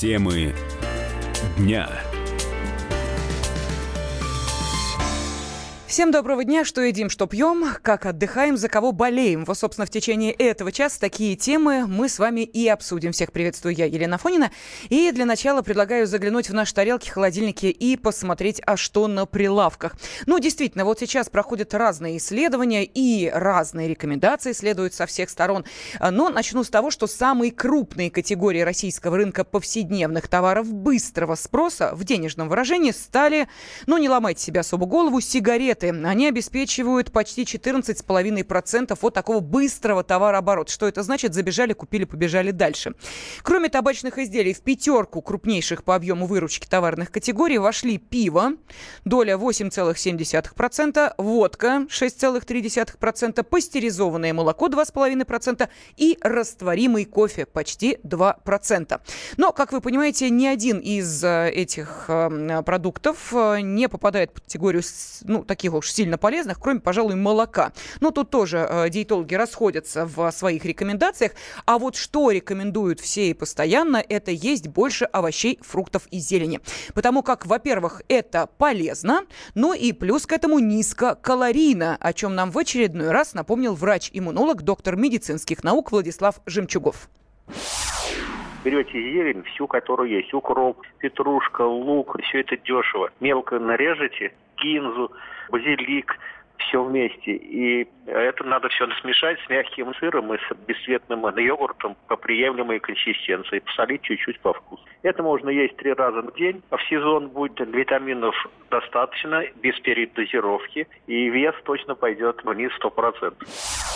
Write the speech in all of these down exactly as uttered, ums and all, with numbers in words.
Темы дня. Всем доброго дня. Что едим, что пьем, как отдыхаем, за кого болеем. Вот, собственно, в течение этого часа такие темы мы с вами и обсудим. Всех приветствую, я, Елена Афонина. И для начала предлагаю заглянуть в наши тарелки, холодильники и посмотреть, а что на прилавках. Ну, действительно, вот сейчас проходят разные исследования и разные рекомендации следуют со всех сторон. Но начну с того, что самые крупные категории российского рынка повседневных товаров быстрого спроса в денежном выражении стали, ну, не ломайте себе особо голову, сигареты. Они обеспечивают почти четырнадцать целых пять десятых процента вот такого быстрого товарооборота. Что это значит? Забежали, купили, побежали дальше. Кроме табачных изделий, в пятерку крупнейших по объему выручки товарных категорий вошли пиво, доля восемь целых семь десятых процента, водка шесть целых три десятых процента, пастеризованное молоко два целых пять десятых процента и растворимый кофе почти два процента. Но, как вы понимаете, ни один из этих продуктов не попадает в категорию, ну, таких уж сильно полезных, кроме, пожалуй, молока. Но тут тоже э, диетологи расходятся в своих рекомендациях. А вот что рекомендуют все и постоянно, это есть больше овощей, фруктов и зелени. Потому как, во-первых, это полезно, но и плюс к этому низкокалорийно, о чем нам в очередной раз напомнил врач-иммунолог, доктор медицинских наук Владислав Жемчугов. Берете зелень, всю, которую есть, укроп, петрушка, лук, все это дешево. Мелко нарежете, кинзу, базилик, все вместе. И это надо все смешать с мягким сыром и с бесцветным йогуртом по приемлемой консистенции. Посолить чуть-чуть по вкусу. Это можно есть три раза в день. А в сезон будет витаминов достаточно, без передозировки. И вес точно пойдет вниз сто процентов.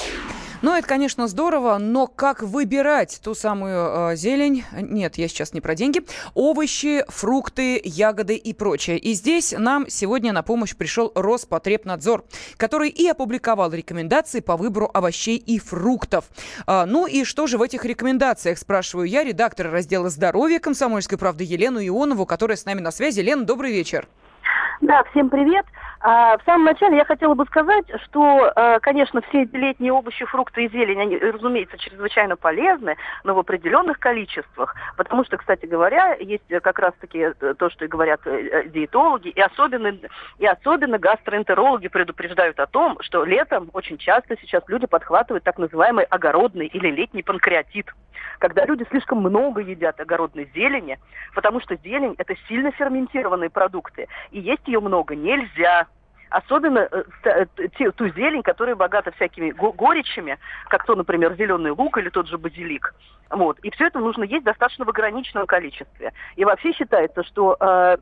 Ну, это, конечно, здорово, но как выбирать ту самую э, зелень? Нет, я сейчас не про деньги. Овощи, фрукты, ягоды и прочее. И здесь нам сегодня на помощь пришел Роспотребнадзор, который и опубликовал рекомендации по выбору овощей и фруктов. А, ну и что же в этих рекомендациях, спрашиваю я, редактора раздела здоровья «Комсомольской правды» Елену Ионову, которая с нами на связи. Лена, добрый вечер. Да, всем привет. А, в самом начале я хотела бы сказать, что, а, конечно, все эти летние овощи, фрукты и зелень, они, разумеется, чрезвычайно полезны, но в определенных количествах, потому что, кстати говоря, есть как раз-таки то, что и говорят диетологи, и особенно, и особенно гастроэнтерологи предупреждают о том, что летом очень часто сейчас люди подхватывают так называемый огородный или летний панкреатит, когда люди слишком много едят огородной зелени, потому что зелень – это сильно ферментированные продукты, и есть ее много нельзя. Особенно э, те, ту зелень, которая богата всякими го- горечами, как то, например, зеленый лук или тот же базилик. Вот. И все это нужно есть достаточно в ограниченном количестве. И вообще считается, что э,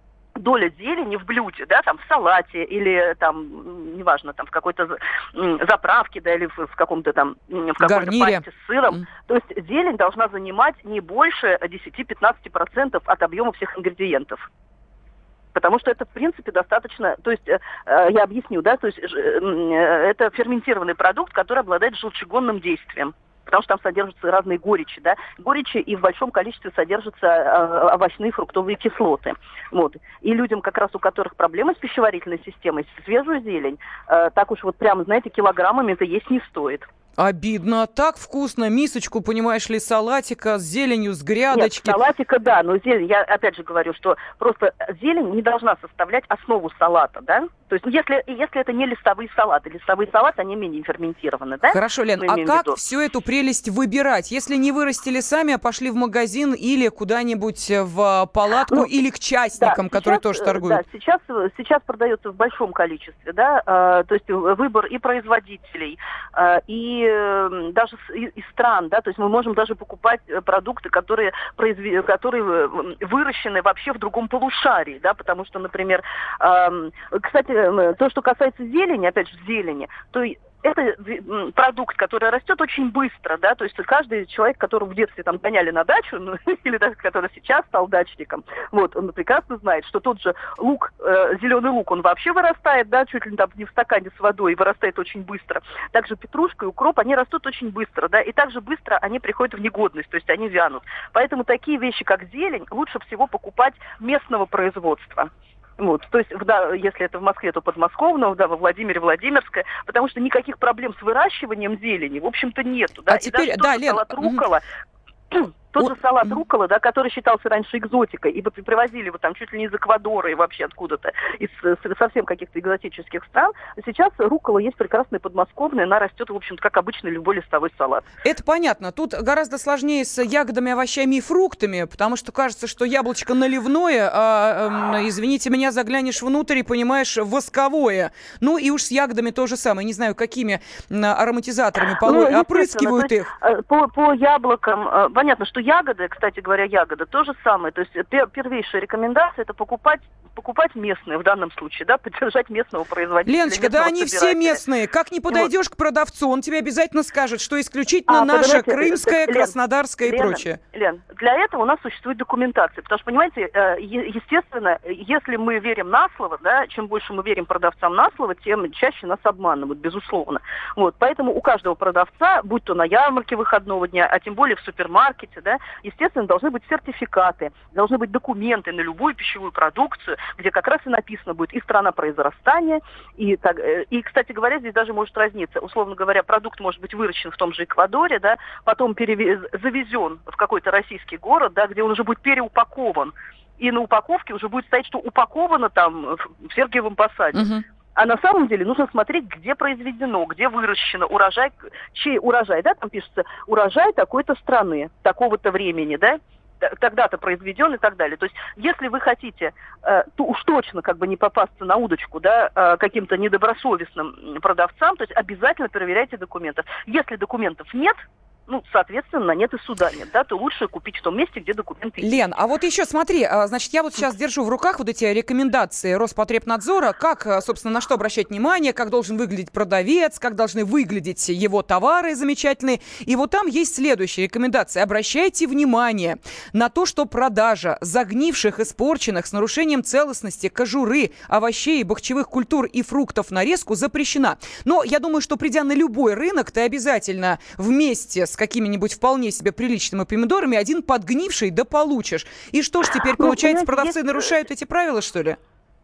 доля зелени в блюде, да, там в салате или там, неважно, там в какой-то заправке, да, или в, в каком-то там в какой-то пасте с сыром, mm. то есть зелень должна занимать не больше десять-пятнадцать процентов от объема всех ингредиентов. Потому что это, в принципе, достаточно, то есть, э, я объясню, да, то есть, э, это ферментированный продукт, который обладает желчегонным действием, потому что там содержатся разные горечи, да, горечи, и в большом количестве содержатся э, овощные фруктовые кислоты, вот. И людям, как раз у которых проблемы с пищеварительной системой, свежую зелень, э, так уж вот прямо, знаете, килограммами это есть не стоит. Обидно. Так вкусно. Мисочку, понимаешь ли, салатика с зеленью, с грядочки. Нет, салатика, да, но зелень, я опять же говорю, что просто зелень не должна составлять основу салата, да? То есть если, если это не листовые салаты. Листовые салаты, они менее ферментированы, да? Хорошо, Лен, а как всю эту прелесть выбирать? Если не вырастили сами, а пошли в магазин или куда-нибудь в палатку, ну, или к частникам, да, которые сейчас, тоже торгуют? Да, сейчас, сейчас продается в большом количестве, да, э, то есть выбор и производителей, э, и даже из стран, да, то есть мы можем даже покупать продукты, которые, произве... которые выращены вообще в другом полушарии, да, потому что, например, э, кстати, то, что касается зелени, опять же, зелени, то это продукт, который растет очень быстро, да, то есть каждый человек, которого в детстве там гоняли на дачу, ну, или даже который сейчас стал дачником, вот, он прекрасно знает, что тот же лук, э, зеленый лук, он вообще вырастает, да, чуть ли там не в стакане с водой, и вырастает очень быстро. Также петрушка и укроп, они растут очень быстро, да, и также быстро они приходят в негодность, то есть они вянут. Поэтому такие вещи, как зелень, лучше всего покупать местного производства. Вот, то есть, да, если это в Москве, то подмосковного, да, во Владимире, Владимирское, потому что никаких проблем с выращиванием зелени, в общем-то, нету. Да? А теперь, и даже да, тот Лен, салат руккола, Тот О... же салат руккола, да, который считался раньше экзотикой, и привозили его там чуть ли не из Эквадора и вообще откуда-то, из совсем каких-то экзотических стран. Сейчас руккола есть прекрасная подмосковная, она растет, в общем-то, как обычный любой листовой салат. Это понятно. Тут гораздо сложнее с ягодами, овощами и фруктами, потому что кажется, что яблочко наливное, а, э, извините меня, заглянешь внутрь и понимаешь, восковое. Ну и уж с ягодами то же самое. Не знаю, какими ароматизаторами полой ну, опрыскивают есть, их. По, по яблокам, понятно, что ягоды, кстати говоря, ягоды, то же самое. То есть первейшая рекомендация – это покупать, покупать местные в данном случае, да, поддержать местного производителя. Леночка, да они все местные. Как не подойдешь вот к продавцу, он тебе обязательно скажет, что исключительно а, наша крымская, Лен, краснодарская Лен, и прочее. Лен, для этого у нас существует документация. Потому что, понимаете, естественно, если мы верим на слово, да, чем больше мы верим продавцам на слово, тем чаще нас обманывают, безусловно. Вот, поэтому у каждого продавца, будь то на ярмарке выходного дня, а тем более в супермаркете, да, естественно, должны быть сертификаты, должны быть документы на любую пищевую продукцию, где как раз и написано будет и страна произрастания, и, так, и, кстати говоря, здесь даже может разниться. Условно говоря, продукт может быть выращен в том же Эквадоре, да, потом перевез, завезен в какой-то российский город, да, где он уже будет переупакован, и на упаковке уже будет стоять, что упаковано там в Сергиевом Посаде. Uh-huh. А на самом деле нужно смотреть, где произведено, где выращено, урожай, чей урожай, да, там пишется урожай такой-то страны, такого-то времени, да, тогда-то произведен и так далее. То есть, если вы хотите, э, то уж точно как бы не попасться на удочку, да, э, каким-то недобросовестным продавцам, то есть обязательно проверяйте документы. Если документов нет, ну, соответственно, нет и суда нет, да, то лучше купить в том месте, где документы есть. Лен, а вот еще смотри, значит, я вот сейчас держу в руках вот эти рекомендации Роспотребнадзора, как, собственно, на что обращать внимание, как должен выглядеть продавец, как должны выглядеть его товары замечательные. И вот там есть следующие рекомендации. Обращайте внимание на то, что продажа загнивших, испорченных, с нарушением целостности кожуры, овощей, бахчевых культур и фруктов нарезку запрещена. Но я думаю, что придя на любой рынок, ты обязательно вместе с какими-нибудь вполне себе приличными помидорами один подгнивший да получишь. И что ж теперь, ну, получается, продавцы есть... нарушают эти правила, что ли?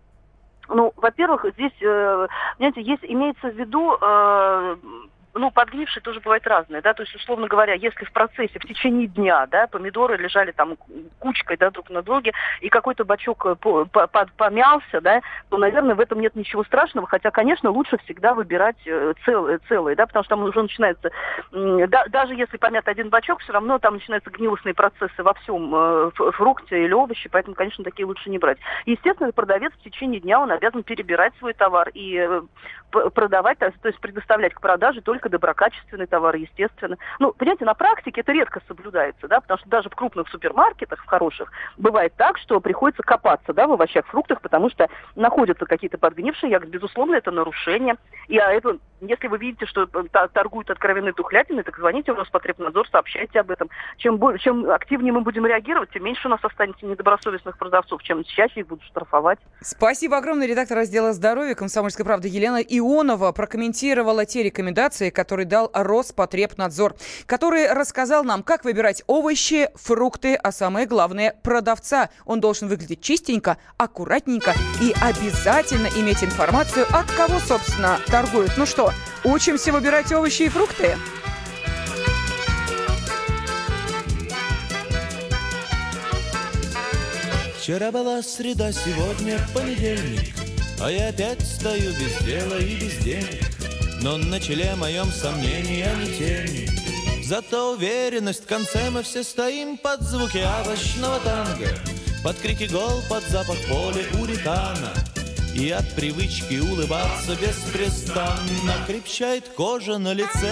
Ну, во-первых, здесь, э, понимаете, есть, имеется в виду... Э, ну, подгнившие тоже бывают разные, да, то есть, условно говоря, если в процессе, в течение дня, да, помидоры лежали там кучкой, да, друг на друге, и какой-то бачок по, по, по, помялся, да, то, наверное, в этом нет ничего страшного, хотя, конечно, лучше всегда выбирать цел, целые, да, потому что там уже начинается, да, даже если помят один бачок, все равно там начинаются гнилостные процессы во всем э, фрукте или овощи, поэтому, конечно, такие лучше не брать. Естественно, продавец в течение дня, он обязан перебирать свой товар и э, продавать, то есть предоставлять к продаже только доброкачественный товар, естественно. Ну, понимаете, на практике это редко соблюдается, да, потому что даже в крупных супермаркетах, в хороших, бывает так, что приходится копаться, да, в овощах, фруктах, потому что находятся какие-то подгнившие ягоды. Безусловно, это нарушение. И а это, если вы видите, что торгуют откровенной тухлятиной, так звоните в Роспотребнадзор, сообщайте об этом. Чем, чем активнее мы будем реагировать, тем меньше у нас останется недобросовестных продавцов, чем чаще их будут штрафовать. Спасибо огромное. Редактор раздела здоровья «Комсомольской правды» Елена Ионова прокомментировала те рекомендации, которые дал Роспотребнадзор, который рассказал нам, как выбирать овощи, фрукты, а самое главное – продавца. Он должен выглядеть чистенько, аккуратненько и обязательно иметь информацию, от кого, собственно, торгуют. Ну что, учимся выбирать овощи и фрукты? Вчера была среда, сегодня понедельник, а я опять стою без дела и без денег. Но на челе моем сомнения не тени. Зато уверенность, в конце мы все стоим под звуки овощного танго, под крики гол, под запах поля уритана. И от привычки улыбаться беспрестанно крепчает кожа на лице.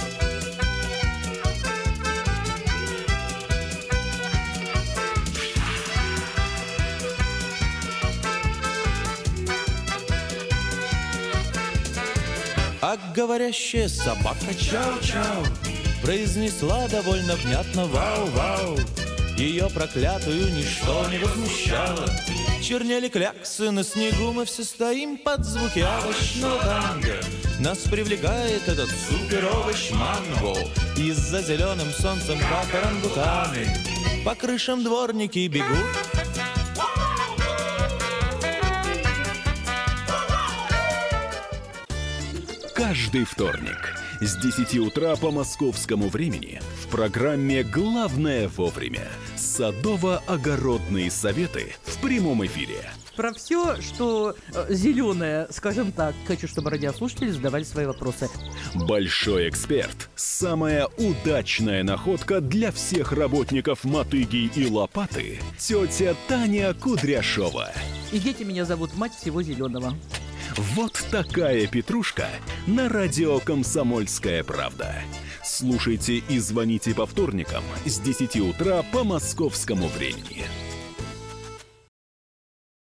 А говорящая собака чау-чау произнесла довольно внятно вау-вау. Ее проклятую ничто не возмущало. Чернели кляксы на снегу, мы все стоим под звуки овощного танго. Нас привлекает этот супер-овощ манго. Из-за зеленым солнцем, как орангутаны, по крышам дворники бегут. Каждый вторник С десяти утра по московскому времени в программе «Главное вовремя» садово-огородные советы в прямом эфире. Про все, что э, зеленое, скажем так. Хочу, чтобы радиослушатели задавали свои вопросы. Большой эксперт. Самая удачная находка для всех работников мотыги и лопаты. Тетя Таня Кудряшова. И дети меня зовут мать всего зеленого. Вот такая петрушка на радио «Комсомольская правда». Слушайте и звоните по вторникам с десяти утра по московскому времени.